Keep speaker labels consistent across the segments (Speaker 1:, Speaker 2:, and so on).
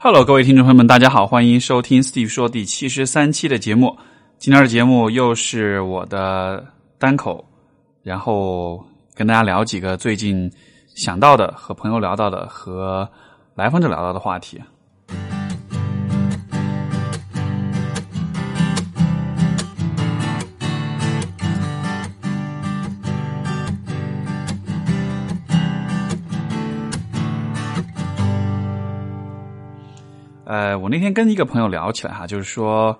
Speaker 1: Hello， 各位听众朋友们，大家好，欢迎收听 Steve 说第73期的节目。今天的节目又是我的单口，然后跟大家聊几个最近想到的、和朋友聊到的、和来访者聊到的话题。我那天跟一个朋友聊起来哈，就是说，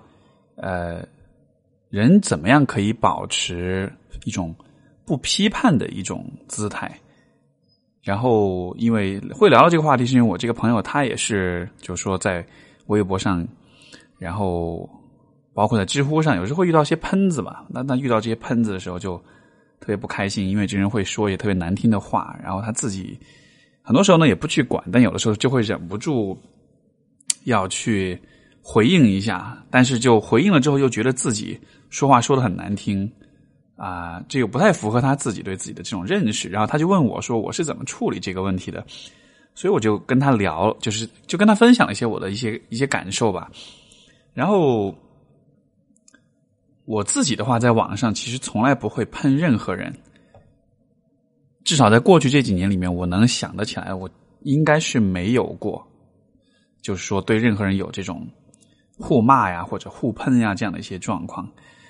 Speaker 1: 人怎么样可以保持一种不批判的一种姿态？然后，因为会聊到这个话题，是因为我这个朋友他也是，就是说在微博上，然后包括在知乎上，有时候会遇到一些喷子吧。那遇到这些喷子的时候，就特别不开心，因为这人会说一些特别难听的话，然后他自己很多时候呢也不去管，但有的时候就会忍不住要去回应一下，但是就回应了之后又觉得自己说话说得很难听这个不太符合他自己对自己的这种认识，然后他就问我说我是怎么处理这个问题的，所以我就跟他聊，就跟他分享一些我的一些感受吧。然后我自己的话在网上其实从来不会喷任何人，至少在过去这几年里面我能想得起来，我应该是没有过就是说对任何人有这种互骂呀或者互喷呀这样的一些状况。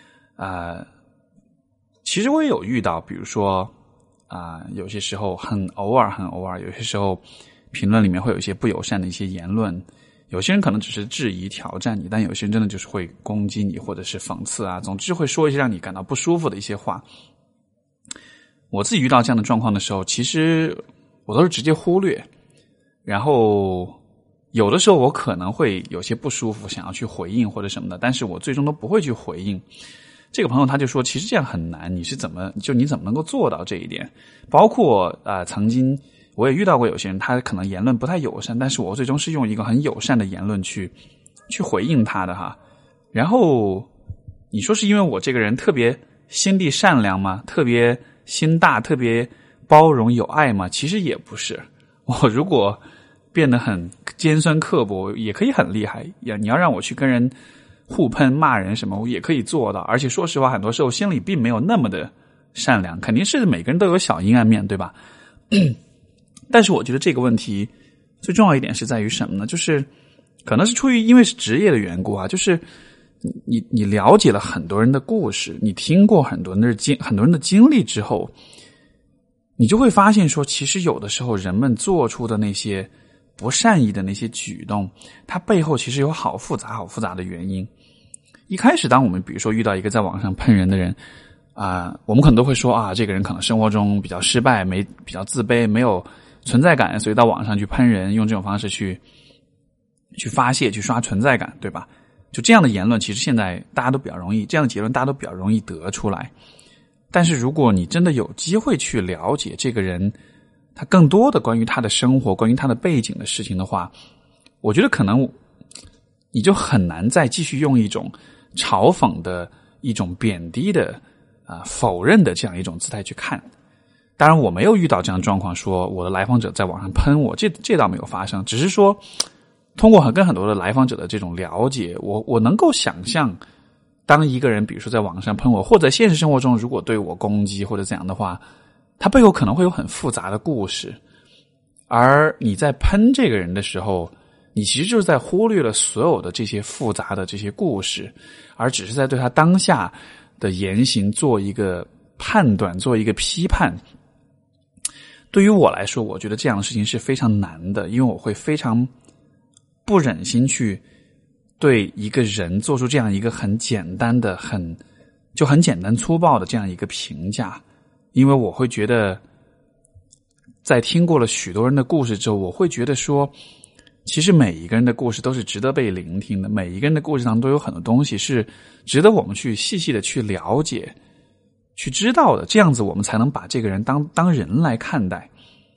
Speaker 1: 其实我也有遇到，比如说有些时候很偶尔，有些时候评论里面会有一些不友善的一些言论，有些人可能只是质疑挑战你，但有些人真的就是会攻击你或者是讽刺总之会说一些让你感到不舒服的一些话。我自己遇到这样的状况的时候，其实我都是直接忽略，然后有的时候我可能会有些不舒服想要去回应或者什么的，但是我最终都不会去回应。这个朋友他就说其实这样很难，你怎么能够做到这一点？包括曾经我也遇到过有些人他可能言论不太友善，但是我最终是用一个很友善的言论去回应他的哈。然后你说是因为我这个人特别心地善良吗？特别心大，特别包容有爱吗？其实也不是。我如果变得很尖酸刻薄也可以很厉害，你要让我去跟人互喷骂人什么我也可以做到，而且说实话很多时候心里并没有那么的善良，肯定是每个人都有小阴暗面对吧。但是我觉得这个问题最重要一点是在于什么呢？就是可能是出于因为是职业的缘故就是你了解了很多人的故事，你听过很多人的经历之后，你就会发现说其实有的时候人们做出的那些不善意的那些举动，它背后其实有好复杂的原因。一开始当我们比如说遇到一个在网上喷人的人我们可能都会说这个人可能生活中比较失败，比较自卑，没有存在感，所以到网上去喷人，用这种方式去发泄，去刷存在感，对吧？就这样的言论其实现在大家都比较容易，这样的结论大家都比较容易得出来。但是如果你真的有机会去了解这个人他更多的关于他的生活，关于他的背景的事情的话，我觉得可能你就很难再继续用一种嘲讽的一种贬低的否认的这样一种姿态去看。当然我没有遇到这样的状况，说我的来访者在网上喷我，这倒没有发生，只是说通过跟很多的来访者的这种了解，我能够想象当一个人比如说在网上喷我，或者现实生活中如果对我攻击或者怎样的话，他背后可能会有很复杂的故事，而你在喷这个人的时候，你其实就是在忽略了所有的这些复杂的这些故事，而只是在对他当下的言行做一个判断，做一个批判。对于我来说，我觉得这样的事情是非常难的，因为我会非常不忍心去对一个人做出这样一个很简单的很简单粗暴的这样一个评价。因为我会觉得在听过了许多人的故事之后，我会觉得说其实每一个人的故事都是值得被聆听的，每一个人的故事当中都有很多东西是值得我们去细细的去了解去知道的，这样子我们才能把这个人当人来看待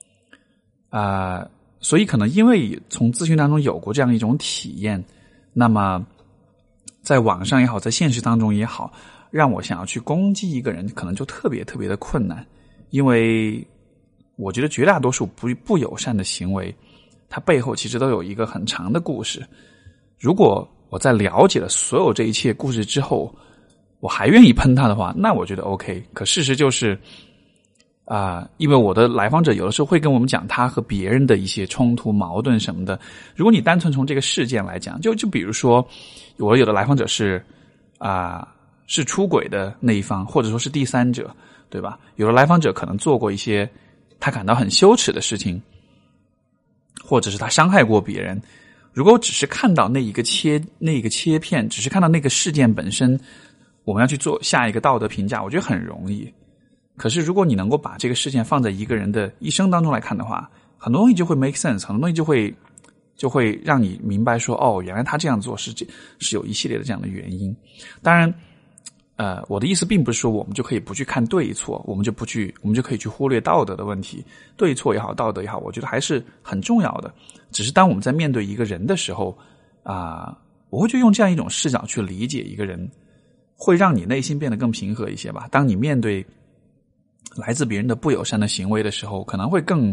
Speaker 1: 所以可能因为从咨询当中有过这样一种体验，那么在网上也好，在现实当中也好，让我想要去攻击一个人可能就特别特别的困难。因为我觉得绝大多数不友善的行为它背后其实都有一个很长的故事。如果我在了解了所有这一切故事之后，我还愿意喷他的话，那我觉得 OK。可事实就是因为我的来访者有的时候会跟我们讲他和别人的一些冲突矛盾什么的。如果你单纯从这个事件来讲，就比如说我有的来访者是出轨的那一方，或者说是第三者，对吧？有的来访者可能做过一些他感到很羞耻的事情，或者是他伤害过别人。如果只是看到那一个切片，只是看到那个事件本身，我们要去做下一个道德评价，我觉得很容易。可是如果你能够把这个事件放在一个人的一生当中来看的话，很多东西就会 make sense， 很多东西就会让你明白说，原来他这样做是有一系列的这样的原因。当然我的意思并不是说我们就可以不去看对错，我们就可以去忽略道德的问题，对错也好，道德也好，我觉得还是很重要的。只是当我们在面对一个人的时候我会就用这样一种视角去理解一个人，会让你内心变得更平和一些吧。当你面对来自别人的不友善的行为的时候，可能会更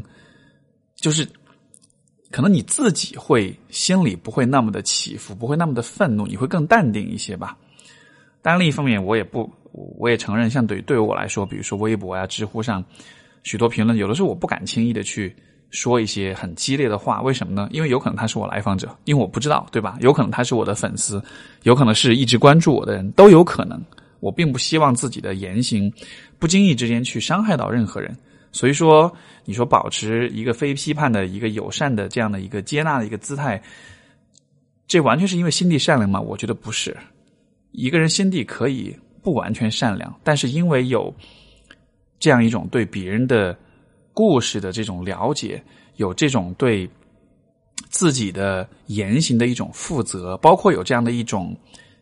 Speaker 1: 可能你自己会心里不会那么的起伏，不会那么的愤怒，你会更淡定一些吧。当然另一方面我也承认，像对我来说，比如说微博知乎上许多评论，有的时候我不敢轻易的去说一些很激烈的话。为什么呢？因为有可能他是我来访者，因为我不知道，对吧？有可能他是我的粉丝，有可能是一直关注我的人，都有可能。我并不希望自己的言行不经意之间去伤害到任何人。所以说你说保持一个非批判的一个友善的这样的一个接纳的一个姿态，这完全是因为心地善良吗？我觉得不是。一个人心地可以不完全善良，但是因为有这样一种对别人的故事的这种了解，有这种对自己的言行的一种负责，包括有这样的一种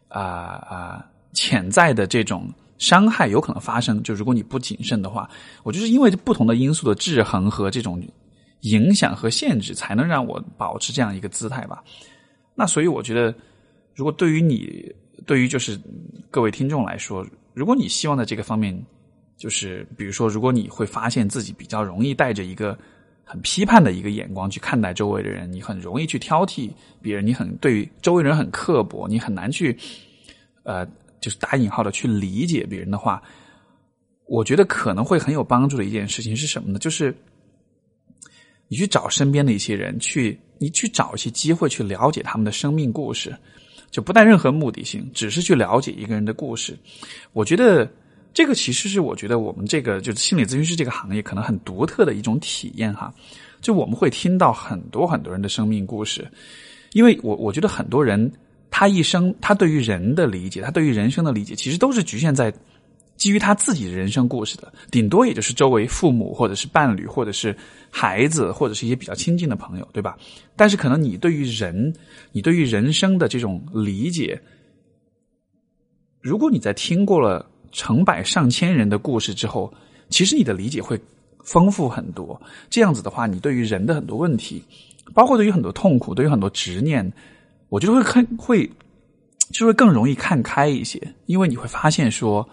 Speaker 1: 潜在的这种伤害有可能发生，就如果你不谨慎的话，我就是因为不同的因素的制衡和这种影响和限制，才能让我保持这样一个姿态吧。那所以我觉得，如果对于就是各位听众来说，如果你希望在这个方面，就是比如说如果你会发现自己比较容易带着一个很批判的一个眼光去看待周围的人，你很容易去挑剔别人，你对周围人很刻薄，你很难去就是打引号的去理解别人的话，我觉得可能会很有帮助的一件事情是什么呢？就是你去找身边的一些人，你去找一些机会去了解他们的生命故事，就不带任何目的性，只是去了解一个人的故事。我觉得这个其实是我觉得我们这个就是心理咨询师这个行业可能很独特的一种体验哈。就我们会听到很多很多人的生命故事，因为我觉得很多人他一生他对于人的理解，他对于人生的理解其实都是局限在基于他自己的人生故事的，顶多也就是周围父母或者是伴侣或者是孩子或者是一些比较亲近的朋友，对吧？但是可能你对于人生的这种理解，如果你在听过了成百上千人的故事之后，其实你的理解会丰富很多。这样子的话，你对于人的很多问题，包括对于很多痛苦，对于很多执念，我觉得就会更容易看开一些。因为你会发现说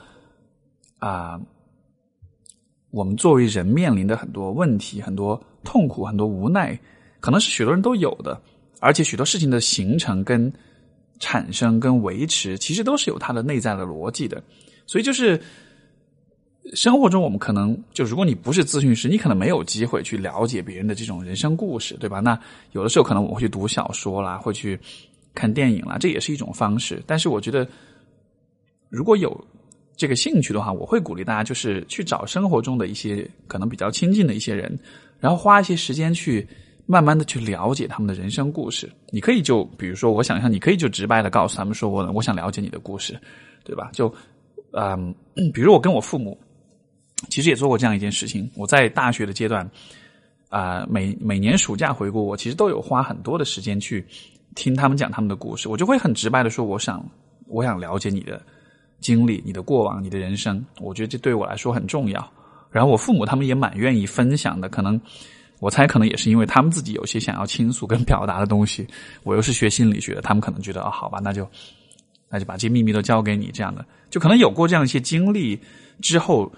Speaker 1: 我们作为人面临的很多问题，很多痛苦，很多无奈，可能是许多人都有的，而且许多事情的形成跟产生跟维持其实都是有它的内在的逻辑的。所以就是生活中我们可能就如果你不是咨询师，你可能没有机会去了解别人的这种人生故事，对吧？那有的时候可能我会去读小说啦，会去看电影啦，这也是一种方式。但是我觉得如果有这个兴趣的话，我会鼓励大家就是去找生活中的一些可能比较亲近的一些人，然后花一些时间去慢慢的去了解他们的人生故事。你可以就比如说我想象你可以就直白的告诉他们说我想了解你的故事，对吧？就比如我跟我父母其实也做过这样一件事情。我在大学的阶段每年暑假回国，我其实都有花很多的时间去听他们讲他们的故事。我就会很直白的说我想了解你的经历，你的过往，你的人生，我觉得这对我来说很重要。然后我父母他们也蛮愿意分享的，我猜可能也是因为他们自己有些想要倾诉跟表达的东西，我又是学心理学的，他们可能觉得好吧，那就把这些秘密都交给你，这样的就可能有过这样一些经历之后，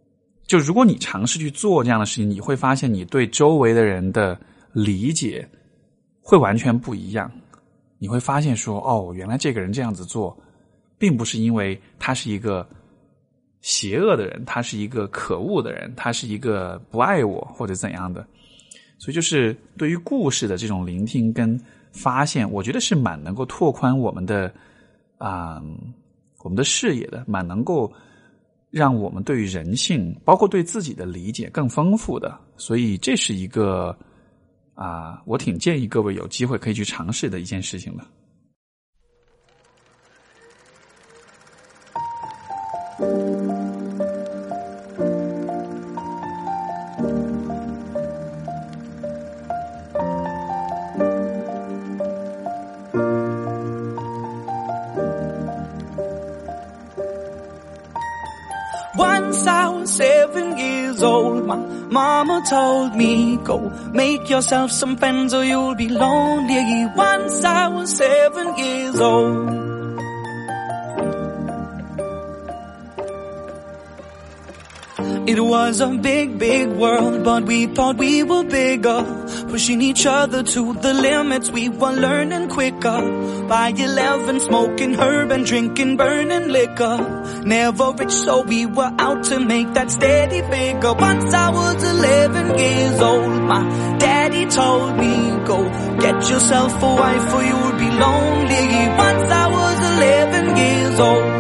Speaker 1: 就如果你尝试去做这样的事情，你会发现你对周围的人的理解会完全不一样。你会发现说，哦，原来这个人这样子做并不是因为他是一个邪恶的人，他是一个可恶的人，他是一个不爱我或者怎样的。所以就是对于故事的这种聆听跟发现，我觉得是蛮能够拓宽我们的我们的视野的，蛮能够让我们对于人性包括对自己的理解更丰富的。所以这是一个我挺建议各位有机会可以去尝试的一件事情的。
Speaker 2: Once I was 7 years old, my mama told me, go make yourself some friends or you'll be lonely. Once I was 7 years old. It was a big, big world, but we thought we were bigger, pushing each other to the limits. We were learning quicker. By 11, smoking herb and drinking burning liquor. Never rich, so we were out to make that steady figure. Once I was 11 years old, my daddy told me, go get yourself a wife or you'll be lonely. Once I was 11 years old.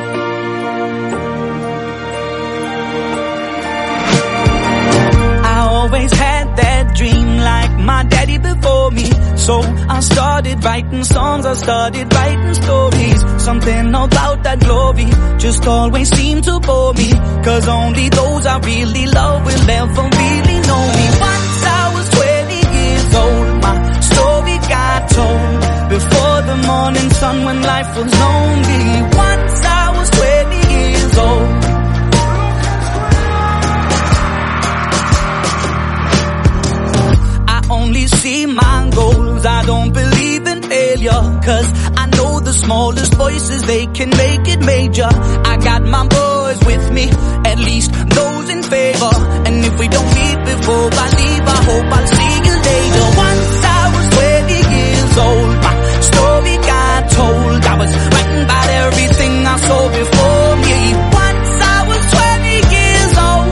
Speaker 2: Always had that dream like my daddy before me. So I started writing songs, I started writing stories. Something about that glory just always seemed to bore me, 'cause only those I really love will ever really know me. Once I was 20 years old, my story got told before the morning sun when life was lonely. Once I was 20 years old. Only see my goals, I don't believe in failure, 'cause I know the smallest voices, they can make it major. I got my boys with me, at least those in favor, and if we don't meet before I leave, I hope I'll see you later. Once I was 20 years old, my story got told. I was writing about everything I saw before me. Once I was 20 years old.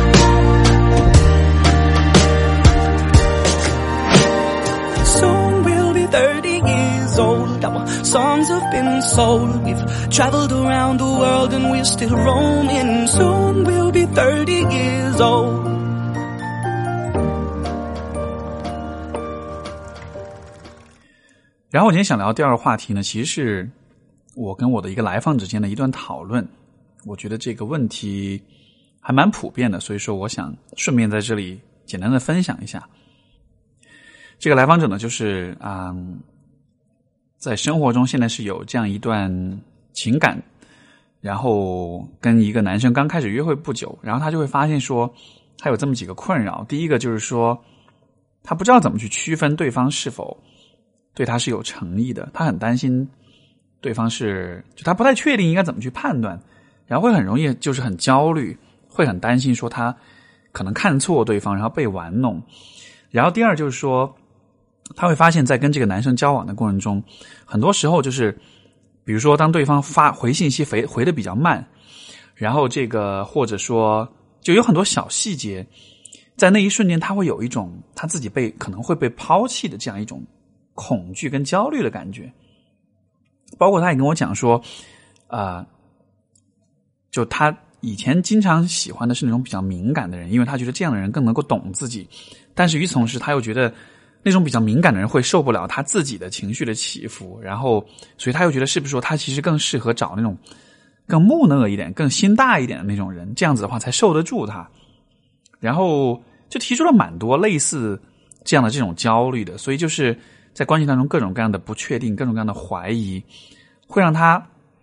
Speaker 2: Our songs have been sold. We've traveled around the world and we're still roaming. Soon we'll be 30 years old.
Speaker 1: 然后我今天想聊第二个话题呢，其实是我跟我的一个来访之间的一段讨论。我觉得这个问题还蛮普遍的，所以说我想顺便在这里简单的分享一下。这个来访者呢，就是在生活中现在是有这样一段情感，然后跟一个男生刚开始约会不久，然后他就会发现说他有这么几个困扰。第一个就是说他不知道怎么去区分对方是否对他是有诚意的，他很担心对方就他不太确定应该怎么去判断，然后会很容易就是很焦虑，会很担心说他可能看错对方，然后被玩弄。然后第二就是说他会发现在跟这个男生交往的过程中，很多时候就是比如说当对方回信息回的比较慢，然后这个或者说就有很多小细节，在那一瞬间他会有一种他自己可能会被抛弃的这样一种恐惧跟焦虑的感觉。包括他也跟我讲说就他以前经常喜欢的是那种比较敏感的人，因为他觉得这样的人更能够懂自己，但是与此同时他又觉得那种比较敏感的人会受不了他自己的情绪的起伏，然后所以他又觉得是不是说他其实更适合找那种更木讷一点更心大一点的那种人，这样子的话才受得住他。然后就提出了蛮多类似这样的这种焦虑的，所以就是在关系当中各种各样的不确定，各种各样的怀疑，会让他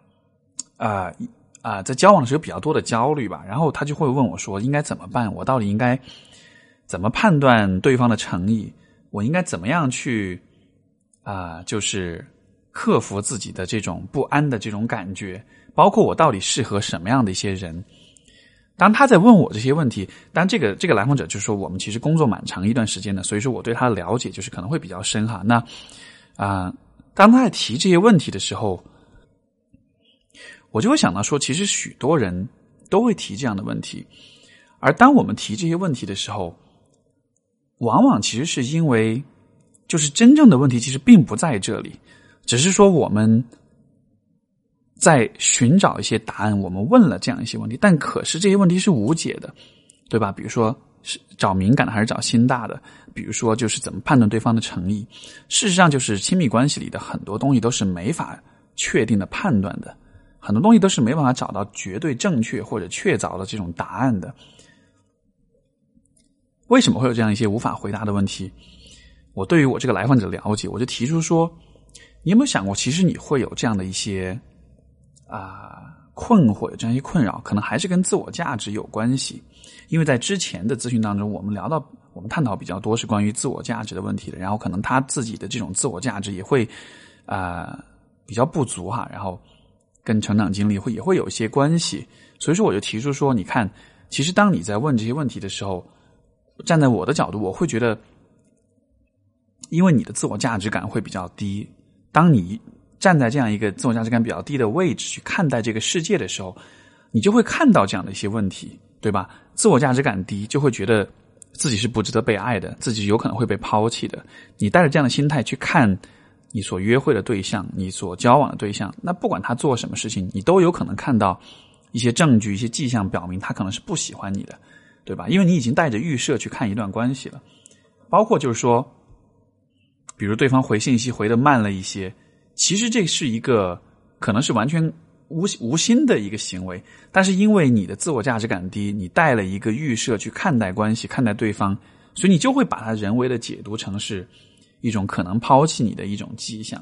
Speaker 1: 在交往的时候比较多的焦虑吧。然后他就会问我说应该怎么办，我到底应该怎么判断对方的诚意，我应该怎么样去就是克服自己的这种不安的这种感觉，包括我到底适合什么样的一些人。 当他在问我这些问题，当然这个来访者就是说我们其实工作蛮长一段时间的，所以说我对他的了解就是可能会比较深哈。那当他在提这些问题的时候，我就会想到说，其实许多人都会提这样的问题，而当我们提这些问题的时候，往往其实是因为就是真正的问题其实并不在这里，只是说我们在寻找一些答案，我们问了这样一些问题，但可是这些问题是无解的，对吧？比如说是找敏感的还是找心大的，比如说就是怎么判断对方的诚意。事实上就是亲密关系里的很多东西都是没法确定的判断的，很多东西都是没办法找到绝对正确或者确凿的这种答案的。为什么会有这样一些无法回答的问题？我对于我这个来访者了解，我就提出说，你有没有想过其实你会有这样的一些困惑，有这样一些困扰，可能还是跟自我价值有关系。因为在之前的咨询当中，我们探讨比较多是关于自我价值的问题的，然后可能他自己的这种自我价值也会比较不足哈，然后跟成长经历也会有一些关系。所以说我就提出说，你看，其实当你在问这些问题的时候，站在我的角度，我会觉得，因为你的自我价值感会比较低，当你站在这样一个自我价值感比较低的位置去看待这个世界的时候，你就会看到这样的一些问题，对吧？自我价值感低，就会觉得自己是不值得被爱的，自己有可能会被抛弃的。你带着这样的心态去看你所约会的对象，你所交往的对象，那不管他做什么事情，你都有可能看到一些证据、一些迹象表明他可能是不喜欢你的，对吧？因为你已经带着预设去看一段关系了。包括就是说，比如对方回信息回得慢了一些，其实这是一个可能是完全无心的一个行为，但是因为你的自我价值感低，你带了一个预设去看待关系，看待对方，所以你就会把它人为的解读成是一种可能抛弃你的一种迹象。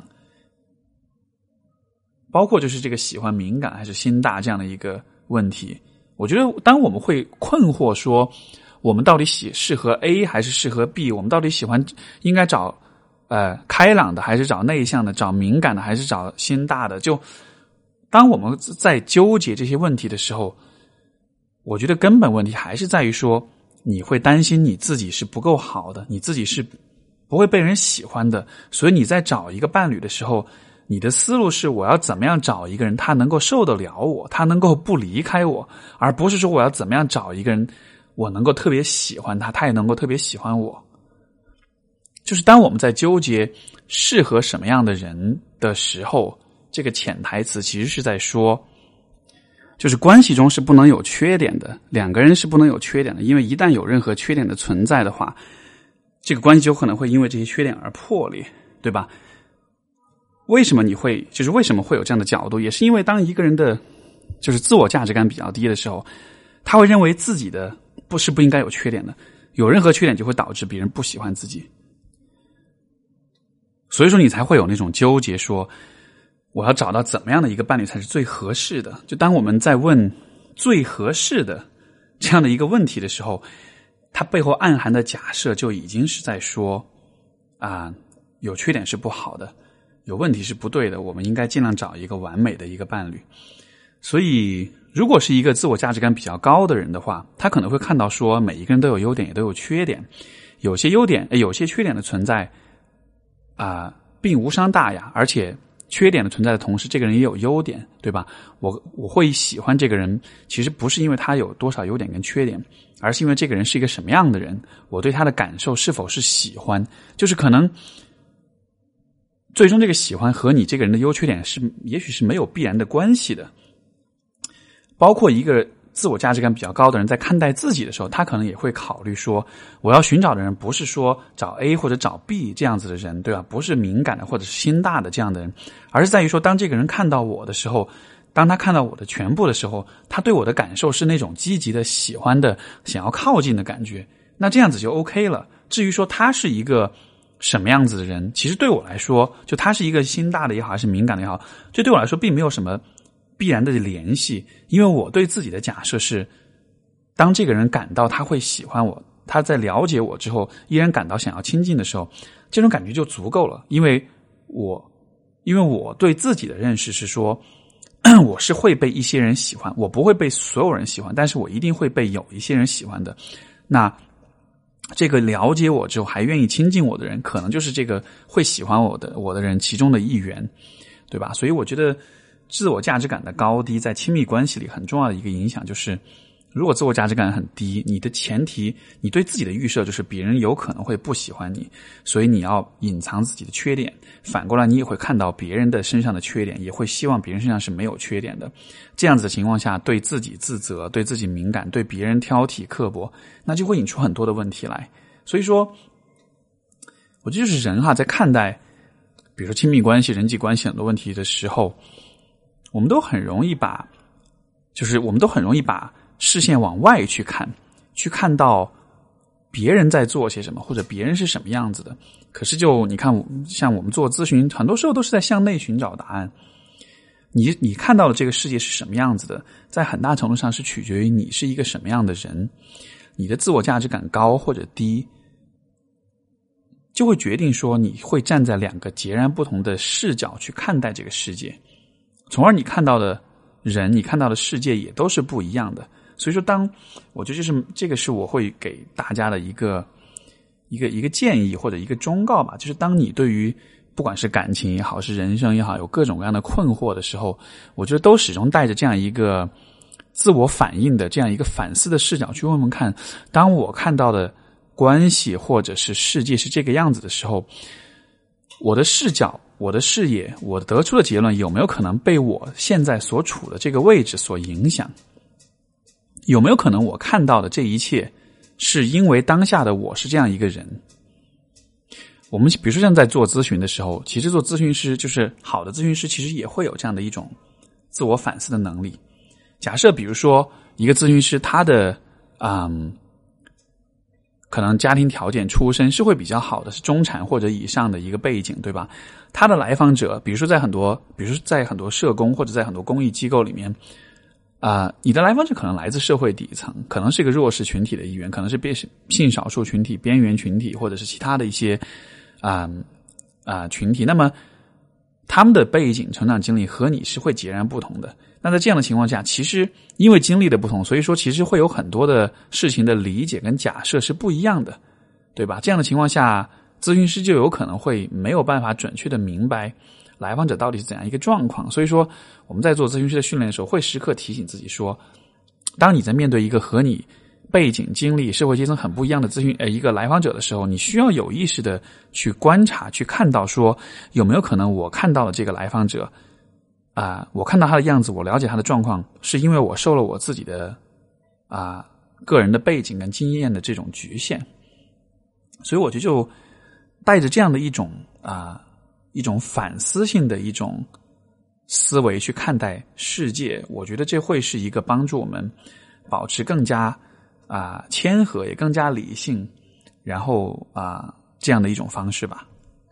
Speaker 1: 包括就是这个喜欢敏感还是心大这样的一个问题，我觉得当我们会困惑说我们到底适合 A 还是适合 B， 我们到底喜欢应该找开朗的还是找内向的，找敏感的还是找心大的，就当我们在纠结这些问题的时候，我觉得根本问题还是在于说，你会担心你自己是不够好的，你自己是不会被人喜欢的，所以你在找一个伴侣的时候，你的思路是我要怎么样找一个人他能够受得了我，他能够不离开我，而不是说我要怎么样找一个人我能够特别喜欢他，他也能够特别喜欢我。就是当我们在纠结适合什么样的人的时候，这个潜台词其实是在说，就是关系中是不能有缺点的，两个人是不能有缺点的，因为一旦有任何缺点的存在的话，这个关系就可能会因为这些缺点而破裂，对吧？为什么为什么会有这样的角度，也是因为当一个人的就是自我价值感比较低的时候，他会认为自己的不应该有缺点的，有任何缺点就会导致别人不喜欢自己。所以说你才会有那种纠结，说我要找到怎么样的一个伴侣才是最合适的。就当我们在问最合适的这样的一个问题的时候，它背后暗含的假设就已经是在说有缺点是不好的，有问题是不对的，我们应该尽量找一个完美的一个伴侣。所以如果是一个自我价值感比较高的人的话，他可能会看到说每一个人都有优点也都有缺点，有些缺点的存在并无伤大雅，而且缺点的存在的同时，这个人也有优点，对吧？我会喜欢这个人，其实不是因为他有多少优点跟缺点，而是因为这个人是一个什么样的人，我对他的感受是否是喜欢，就是可能最终这个喜欢和你这个人的优缺点也许是没有必然的关系的。包括一个自我价值感比较高的人在看待自己的时候，他可能也会考虑说，我要寻找的人不是说找 A 或者找 B 这样子的人，对吧？不是敏感的或者是心大的这样的人，而是在于说，当这个人看到我的时候，当他看到我的全部的时候，他对我的感受是那种积极的、喜欢的、想要靠近的感觉，那这样子就 OK 了。至于说他是一个什么样子的人，其实对我来说，就他是一个心大的也好，还是敏感的也好，这对我来说并没有什么必然的联系，因为我对自己的假设是，当这个人感到他会喜欢我，他在了解我之后依然感到想要亲近的时候，这种感觉就足够了。因为我对自己的认识是说， 我是会被一些人喜欢，我不会被所有人喜欢，但是我一定会被有一些人喜欢的。那这个了解我之后还愿意亲近我的人，可能就是这个会喜欢我的人其中的一员，对吧？所以我觉得自我价值感的高低在亲密关系里很重要的一个影响就是，如果自我价值感很低，你的前提，你对自己的预设就是别人有可能会不喜欢你，所以你要隐藏自己的缺点，反过来你也会看到别人的身上的缺点，也会希望别人身上是没有缺点的。这样子的情况下，对自己自责，对自己敏感，对别人挑剔刻薄，那就会引出很多的问题来。所以说我觉得就是人在看待比如说亲密关系、人际关系很多问题的时候，我们都很容易把视线往外去看，去看到别人在做些什么，或者别人是什么样子的。可是就你看，像我们做咨询，很多时候都是在向内寻找答案。你看到的这个世界是什么样子的，在很大程度上是取决于你是一个什么样的人，你的自我价值感高或者低，就会决定说你会站在两个截然不同的视角去看待这个世界，从而你看到的人，你看到的世界也都是不一样的。所以说我觉得这个是我会给大家的一个建议或者一个忠告吧，就是当你对于不管是感情也好，是人生也好，有各种各样的困惑的时候，我觉得都始终带着这样一个自我反应的这样一个反思的视角去问问看，当我看到的关系或者是世界是这个样子的时候，我的视角、我的视野、我得出的结论有没有可能被我现在所处的这个位置所影响？有没有可能我看到的这一切是因为当下的我是这样一个人？我们比如说像在做咨询的时候，其实做咨询师就是好的咨询师其实也会有这样的一种自我反思的能力。假设比如说一个咨询师他的可能家庭条件出身是会比较好的，是中产或者以上的一个背景，对吧？他的来访者比如说在很多社工或者在很多公益机构里面你的来访者可能来自社会底层，可能是一个弱势群体的一员，可能是性少数群体、边缘群体，或者是其他的一些群体。那么他们的背景、成长经历和你是会截然不同的。那在这样的情况下，其实因为经历的不同，所以说其实会有很多的事情的理解跟假设是不一样的，对吧？这样的情况下，咨询师就有可能会没有办法准确的明白来访者到底是怎样一个状况。所以说我们在做咨询师的训练的时候，会时刻提醒自己说，当你在面对一个和你背景、经历、社会阶层很不一样的一个来访者的时候，你需要有意识的去观察、去看到说，有没有可能我看到的这个来访者我看到他的样子，我了解他的状况，是因为我受了我自己的个人的背景跟经验的这种局限。所以我觉得就带着这样的一种反思性的一种思维去看待世界，我觉得这会是一个帮助我们保持更加谦和也更加理性，然后这样的一种方式吧。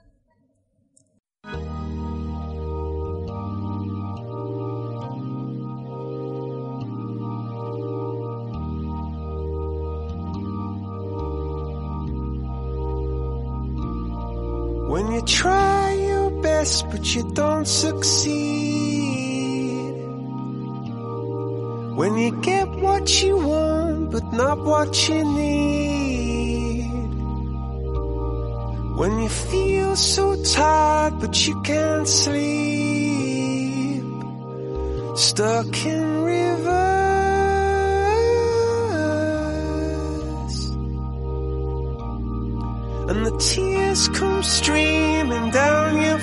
Speaker 3: When you try your best but you don't succeed, when you get what you want but not what you need, when you feel so tired but you can't sleep, stuck in reverse, and the tears come streaming down your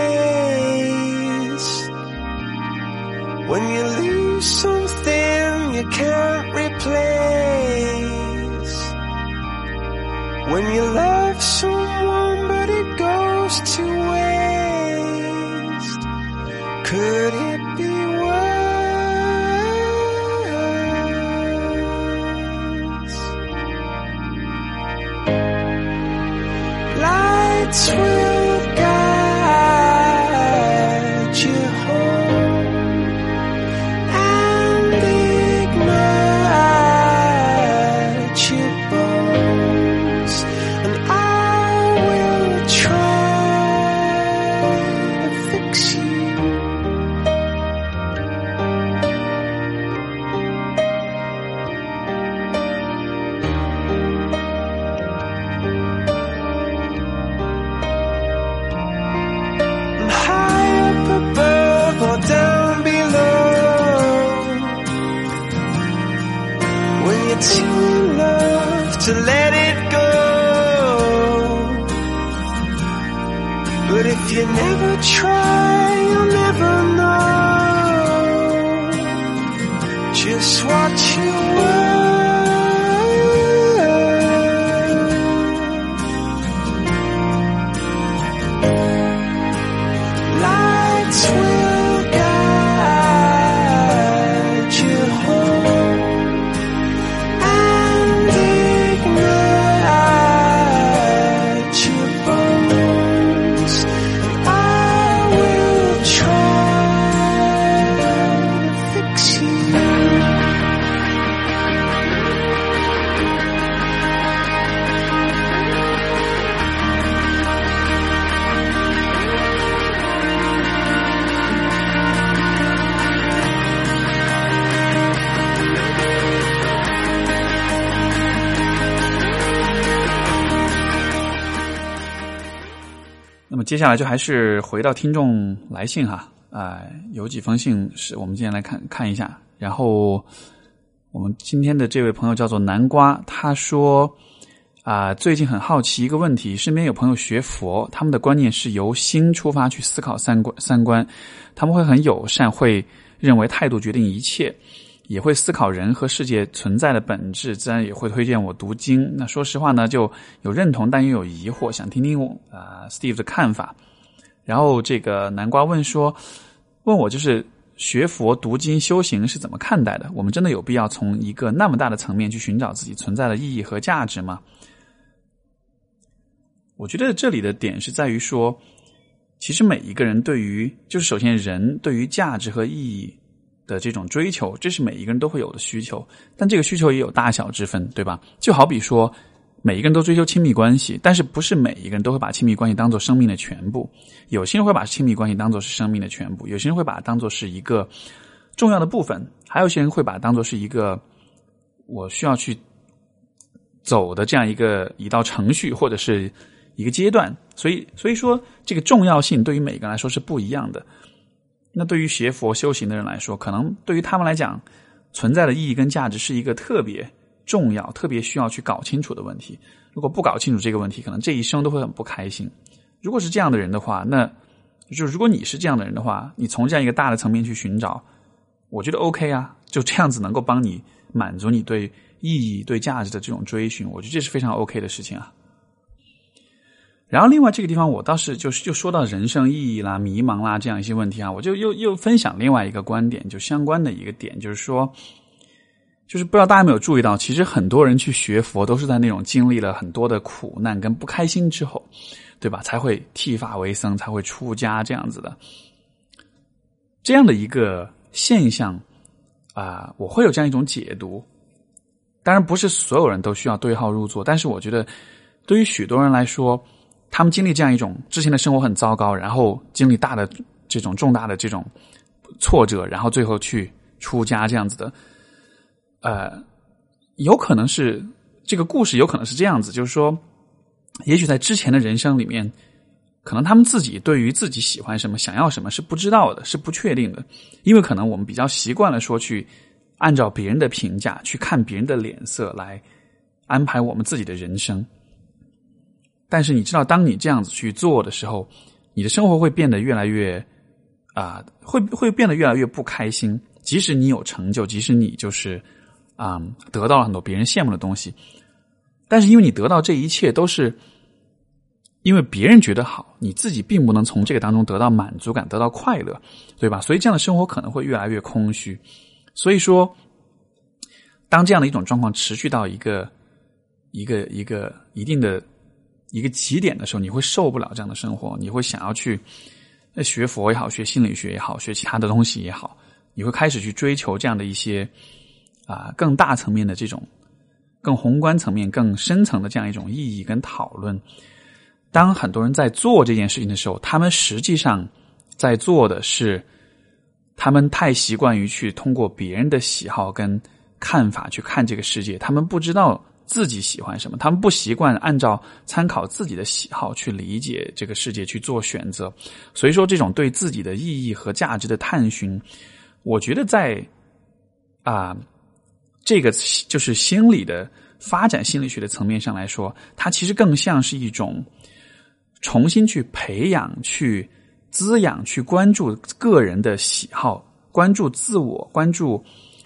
Speaker 3: face, when you lose something you can't replace, when you love someone but it goes to waste, could it be worse? Lights will guide you home and ignite your bones, and I will try to fix you If you never try, you'll never know just what you were. Lights will guide you home and ignite your bones. I will try to fix you.
Speaker 1: 那么接下来就还是回到听众来信哈，有几封信是我们今天来看一下。然后我们今天的这位朋友叫做南瓜，他说最近很好奇一个问题，身边有朋友学佛，他们的观念是由心出发去思考三观，他们会很友善，会认为态度决定一切，也会思考人和世界存在的本质，自然也会推荐我读经。那说实话呢，就有认同但又有疑惑，想听听Steve 的看法。然后这个南瓜问我就是学佛读经修行是怎么看待的？我们真的有必要从一个那么大的层面去寻找自己存在的意义和价值吗？我觉得这里的点是在于说，其实每一个人对于，就是首先人对于价值和意义的这种追求，这是每一个人都会有的需求，但这个需求也有大小之分，对吧？就好比说每一个人都追求亲密关系，但是不是每一个人都会把亲密关系当作生命的全部。有些人会把亲密关系当作是生命的全部，有些人会把它当作是一个重要的部分，还有些人会把它当作是一个我需要去走的这样一道程序或者是一个阶段。所以说这个重要性对于每个人来说是不一样的。那对于学佛修行的人来说，可能对于他们来讲，存在的意义跟价值是一个特别重要、特别需要去搞清楚的问题。如果不搞清楚这个问题，可能这一生都会很不开心。如果是这样的人的话，那就是如果你是这样的人的话，你从这样一个大的层面去寻找，我觉得 OK 啊，就这样子能够帮你满足你对意义、对价值的这种追寻，我觉得这是非常 OK 的事情啊。然后另外这个地方我倒是就说到人生意义啦、迷茫啦这样一些问题啊，我就又分享另外一个观点，就相关的一个点，就是说，就是不知道大家有没有注意到，其实很多人去学佛都是在那种经历了很多的苦难跟不开心之后，对吧？才会剃发为僧，才会出家这样子的。这样的一个现象我会有这样一种解读。当然不是所有人都需要对号入座，但是我觉得对于许多人来说，他们经历这样一种之前的生活很糟糕，然后经历大的这种重大的这种挫折，然后最后去出家这样子的，有可能是这个故事有可能是这样子，就是说也许在之前的人生里面，可能他们自己对于自己喜欢什么想要什么是不知道的，是不确定的，因为可能我们比较习惯了说去按照别人的评价去看别人的脸色来安排我们自己的人生。但是你知道，当你这样子去做的时候，你的生活会变得越来越会变得越来越不开心。即使你有成就，即使你就是得到了很多别人羡慕的东西，但是因为你得到这一切都是因为别人觉得好，你自己并不能从这个当中得到满足感，得到快乐，对吧？所以这样的生活可能会越来越空虚。所以说，当这样的一种状况持续到一个一定的一个极点的时候，你会受不了这样的生活，你会想要去学佛也好，学心理学也好，学其他的东西也好，你会开始去追求这样的一些更大层面的这种更宏观层面更深层的这样一种意义跟讨论。当很多人在做这件事情的时候，他们实际上在做的是他们太习惯于去通过别人的喜好跟看法去看这个世界，他们不知道自己喜欢什么，他们不习惯按照参考自己的喜好去理解这个世界，去做选择。所以说这种对自己的意义和价值的探寻，我觉得在这个就是心理的发展心理学的层面上来说，它其实更像是一种重新去培养、去滋养、去关注个人的喜好，关注自我，关注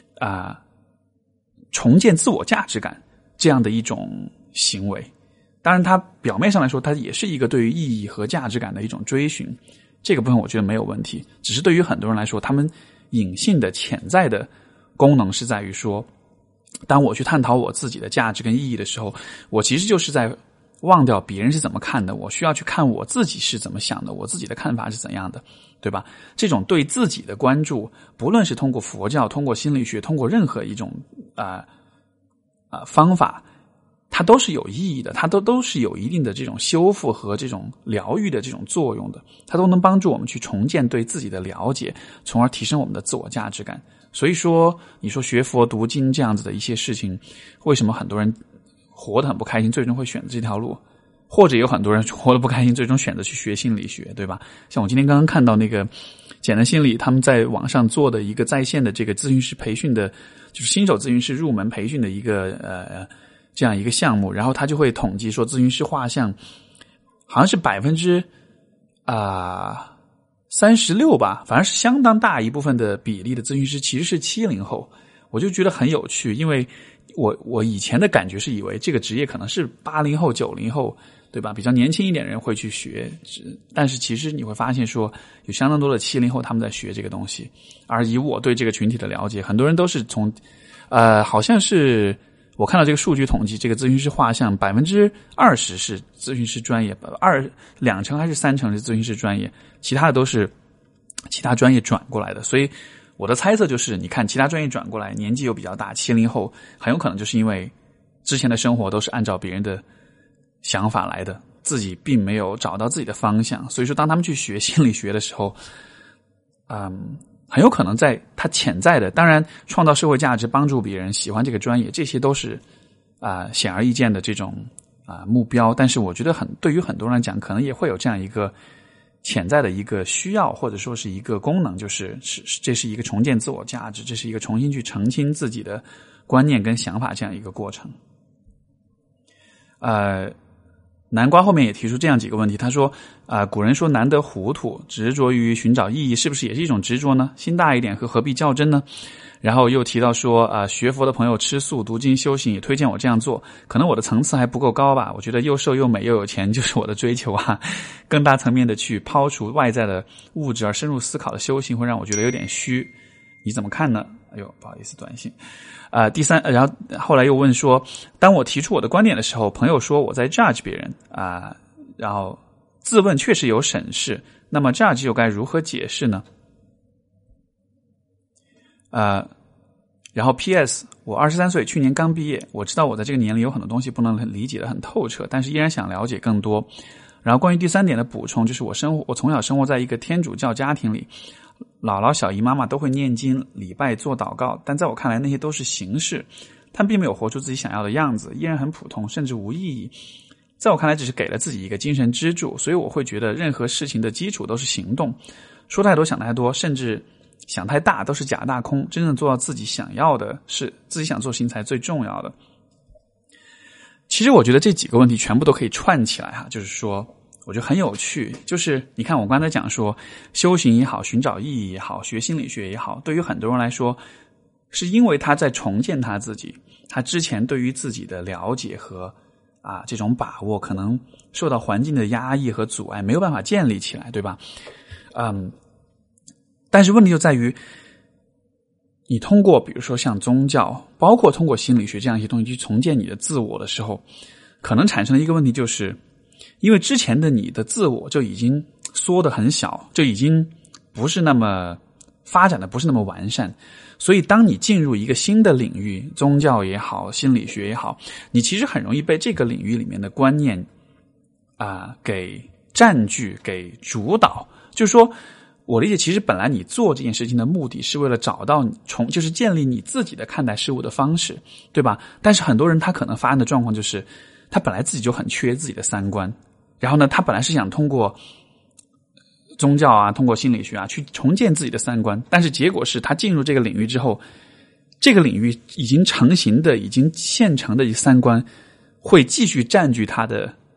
Speaker 1: 重建自我价值感这样的一种行为。当然它表面上来说它也是一个对于意义和价值感的一种追寻，这个部分我觉得没有问题，只是对于很多人来说，他们隐性的潜在的功能是在于说，当我去探讨我自己的价值跟意义的时候，我其实就是在忘掉别人是怎么看的，我需要去看我自己是怎么想的，我自己的看法是怎样的，对吧？这种对自己的关注，不论是通过佛教，通过心理学，通过任何一种方法，它都是有意义的，它都是有一定的这种修复和这种疗愈的这种作用的，它都能帮助我们去重建对自己的了解，从而提升我们的自我价值感。所以说你说学佛读经这样子的一些事情，为什么很多人活得很不开心，最终会选择这条路，或者有很多人活得不开心，最终选择去学心理学，对吧？像我今天刚刚看到那个简单心理他们在网上做的一个在线的这个咨询师培训的，就是新手咨询师入门培训的一个这样一个项目，然后他就会统计说咨询师画像好像是36%吧，反正是相当大一部分的比例的咨询师其实是70后。我就觉得很有趣，因为我以前的感觉是以为这个职业可能是80后90后，对吧，比较年轻一点的人会去学，但是其实你会发现说有相当多的70后他们在学这个东西。而以我对这个群体的了解，很多人都是从好像是我看到这个数据统计，这个咨询师画像20%是咨询师专业，2成还是3成是咨询师专业，其他的都是其他专业转过来的。所以我的猜测就是，你看其他专业转过来，年纪又比较大，70后很有可能就是因为之前的生活都是按照别人的想法来的，自己并没有找到自己的方向。所以说当他们去学心理学的时候，很有可能在他潜在的，当然创造社会价值，帮助别人，喜欢这个专业，这些都是显而易见的这种目标。但是我觉得对于很多人来讲，可能也会有这样一个潜在的一个需要，或者说是一个功能，就是这是一个重建自我价值，这是一个重新去澄清自己的观念跟想法这样一个过程。南瓜后面也提出这样几个问题，他说古人说难得糊涂，执着于寻找意义，是不是也是一种执着呢？心大一点何必较真呢？然后又提到说学佛的朋友吃素读经修行，也推荐我这样做，可能我的层次还不够高吧，我觉得又瘦又美又有钱就是我的追求啊。更大层面的去抛除外在的物质而深入思考的修行会让我觉得有点虚，你怎么看呢？哎呦，不好意思，短信。第三，然后后来又问说，当我提出我的观点的时候，朋友说我在 judge 别人然后自问确实有审视，那么 judge 又该如何解释呢？然后 PS 我23岁，去年刚毕业，我知道我在这个年龄有很多东西不能理解的很透彻，但是依然想了解更多。然后关于第三点的补充，就是我从小生活在一个天主教家庭里，姥姥小姨妈妈都会念经礼拜做祷告，但在我看来那些都是形式，他们并没有活出自己想要的样子，依然很普通甚至无意义。在我看来只是给了自己一个精神支柱，所以我会觉得任何事情的基础都是行动，说太多想太多甚至想太大都是假大空，真正做到自己想要的事，自己想做事情才最重要的。其实我觉得这几个问题全部都可以串起来就是说我觉得很有趣，就是你看我刚才讲说修行也好，寻找意义也好，学心理学也好，对于很多人来说是因为他在重建他自己，他之前对于自己的了解和这种把握可能受到环境的压抑和阻碍，没有办法建立起来，对吧？但是问题就在于你通过比如说像宗教，包括通过心理学这样一些东西去重建你的自我的时候，可能产生的一个问题就是因为之前的你的自我就已经缩得很小，就已经不是那么发展的不是那么完善，所以当你进入一个新的领域，宗教也好，心理学也好，你其实很容易被这个领域里面的观念给占据，给主导。就是说我理解其实本来你做这件事情的目的是为了找到就是建立你自己的看待事物的方式，对吧？但是很多人他可能发生的状况就是他本来自己就很缺自己的三观，然后呢他本来是想通过宗教通过心理学去重建自己的三观，但是结果是他进入这个领域之后，这个领域已经成型的已经现成的三观会继续占据他的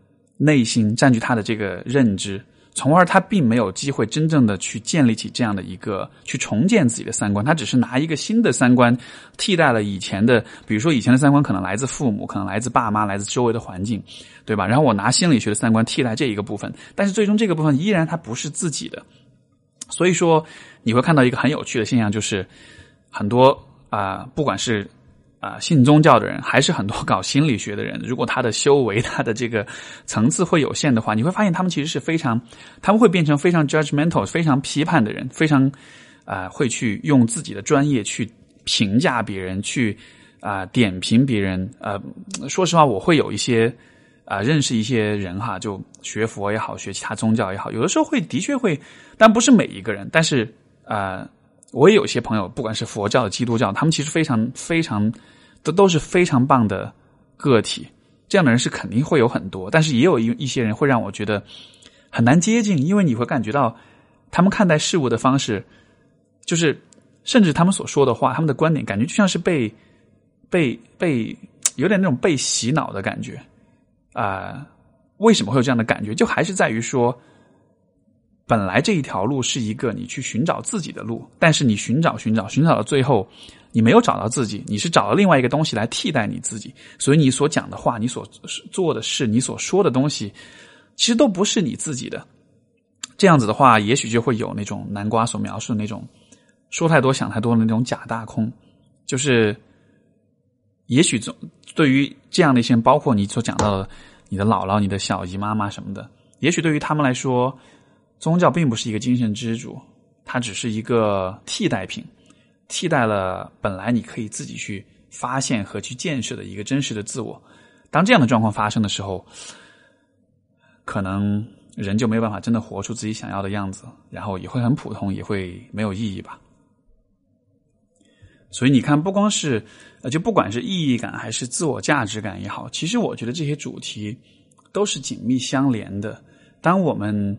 Speaker 1: 内心，占据他的这个认知，从而他并没有机会真正的去建立起这样的一个去重建自己的三观，他只是拿一个新的三观替代了以前的，比如说以前的三观可能来自父母，可能来自爸妈，来自周围的环境，对吧？然后我拿心理学的三观替代这一个部分，但是最终这个部分依然它不是自己的。所以说你会看到一个很有趣的现象，就是很多不管是信宗教的人，还是很多搞心理学的人，如果他的修为，他的这个层次会有限的话，你会发现他们其实是他们会变成非常 judgmental 非常批判的人，非常会去用自己的专业去评价别人，去点评别人。说实话，我会有一些认识一些人哈，就学佛也好，学其他宗教也好，有的时候的确会，但不是每一个人，但是我也有些朋友，不管是佛教的、基督教，他们其实非常都是非常棒的个体，这样的人是肯定会有很多，但是也有一些人会让我觉得很难接近，因为你会感觉到他们看待事物的方式，就是甚至他们所说的话，他们的观点，感觉就像是被有点那种被洗脑的感觉为什么会有这样的感觉？就还是在于说，本来这一条路是一个你去寻找自己的路，但是你寻找到最后，你没有找到自己，你是找到另外一个东西来替代你自己，所以你所讲的话，你所做的事，你所说的东西，其实都不是你自己的。这样子的话，也许就会有那种南瓜所描述的那种说太多想太多的那种假大空，就是也许对于这样的一些人，包括你所讲到的你的姥姥、你的小姨妈妈什么的，也许对于他们来说，宗教并不是一个精神支柱，它只是一个替代品，替代了本来你可以自己去发现和去建设的一个真实的自我。当这样的状况发生的时候，可能人就没有办法真的活出自己想要的样子，然后也会很普通，也会没有意义吧。所以你看，不管是意义感还是自我价值感也好，其实我觉得这些主题都是紧密相连的。当我们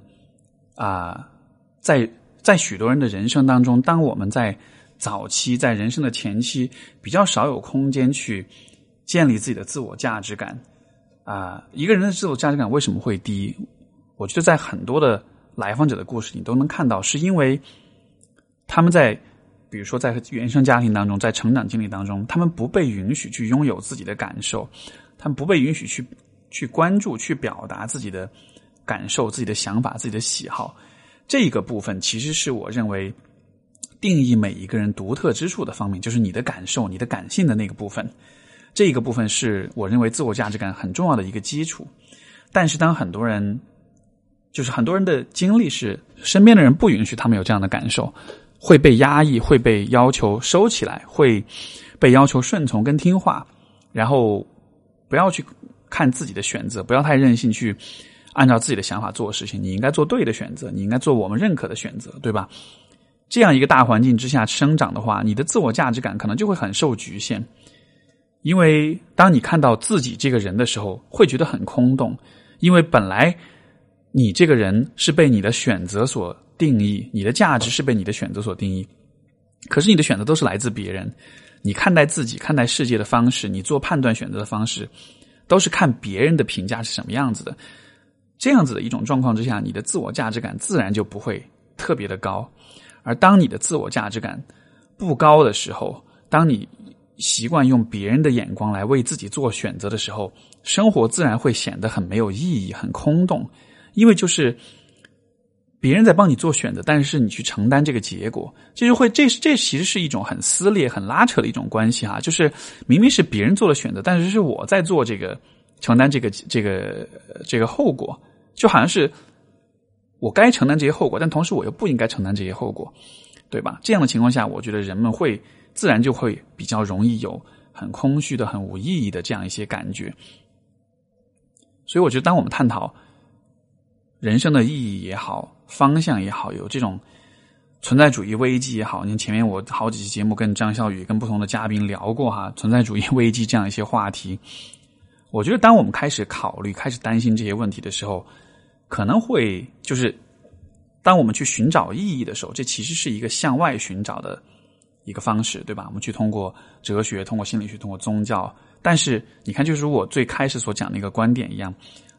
Speaker 1: 在许多人的人生当中，当我们在早期，在人生的前期比较少有空间去建立自己的自我价值感一个人的自我价值感为什么会低？我觉得在很多的来访者的故事你都能看到，是因为他们比如说在原生家庭当中，在成长经历当中，他们不被允许去拥有自己的感受，他们不被允许去关注、去表达自己的感受、自己的想法、自己的喜好。这个部分其实是我认为定义每一个人独特之处的方面，就是你的感受、你的感性的那个部分。这个部分是我认为自我价值感很重要的一个基础。但是当很多人的经历是身边的人不允许他们有这样的感受，会被压抑，会被要求收起来，会被要求顺从跟听话，然后不要去看自己的选择，不要太任性去按照自己的想法做事情，你应该做对的选择，你应该做我们认可的选择，对吧？这样一个大环境之下生长的话，你的自我价值感可能就会很受局限。因为当你看到自己这个人的时候，会觉得很空洞，因为本来你这个人是被你的选择所定义，你的价值是被你的选择所定义，可是你的选择都是来自别人，你看待自己、看待世界的方式，你做判断选择的方式，都是看别人的评价是什么样子的。这样子的一种状况之下，你的自我价值感自然就不会特别的高。而当你的自我价值感不高的时候，当你习惯用别人的眼光来为自己做选择的时候，生活自然会显得很没有意义，很空洞。因为就是别人在帮你做选择，但是你去承担这个结果，这其实是一种很撕裂、很拉扯的一种关系哈。就是明明是别人做了选择，但是是我在做承担这个后果，就好像是我该承担这些后果，但同时我又不应该承担这些后果，对吧？这样的情况下，我觉得人们自然就会比较容易有很空虚的、很无意义的这样一些感觉。所以我觉得当我们探讨人生的意义也好，方向也好，有这种存在主义危机也好，你前面我好几期节目跟张笑宇跟不同的嘉宾聊过哈，存在主义危机这样一些话题。我觉得当我们开始考虑、开始担心这些问题的时候，可能会就是当我们去寻找意义的时候，这其实是一个向外寻找的一个方式，对吧？我们去通过哲学、通过心理学、通过宗教。但是你看，就是我最开始所讲的一个观点一样，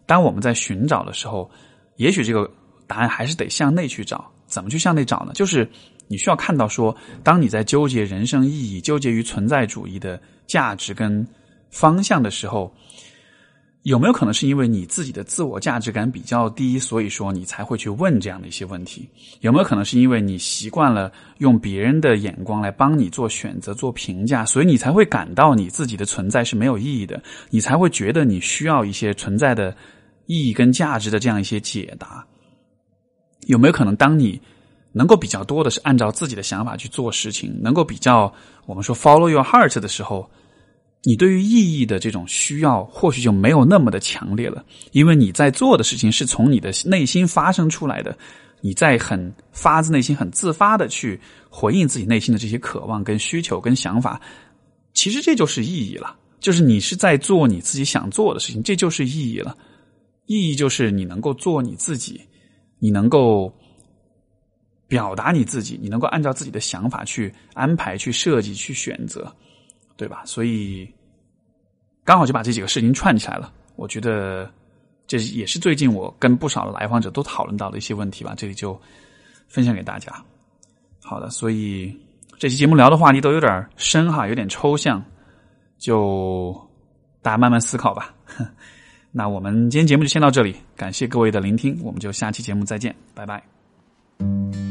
Speaker 1: 当我们在寻找的时候，也许这个答案还是得向内去找。怎么去向内找呢？就是你需要看到说，当你在纠结人生意义、纠结于存在主义的价值跟方向的时候，有没有可能是因为你自己的自我价值感比较低，所以说你才会去问这样的一些问题？有没有可能是因为你习惯了用别人的眼光来帮你做选择、做评价，所以你才会感到你自己的存在是没有意义的，你才会觉得你需要一些存在的意义跟价值的这样一些解答？有没有可能当你能够比较多的是按照自己的想法去做事情，能够比较我们说 follow your heart 的时候，你对于意义的这种需要或许就没有那么的强烈了，因为你在做的事情是从你的内心发生出来的，你在很发自内心很自发的去回应自己内心的这些渴望跟需求跟想法，其实这就是意义了，就是你是在做你自己想做的事情，这就是意义了。意义就是你能够做你自己，你能够表达你自己，你能够按照自己的想法去安排、去设计、去选择，对吧？所以刚好就把这几个事情串起来了。我觉得这也是最近我跟不少的来访者都讨论到的一些问题吧，这里就分享给大家。好的，所以这期节目聊的话题都有点深哈，有点抽象，就大家慢慢思考吧。那我们今天节目就先到这里，感谢各位的聆听，我们就下期节目再见，拜拜。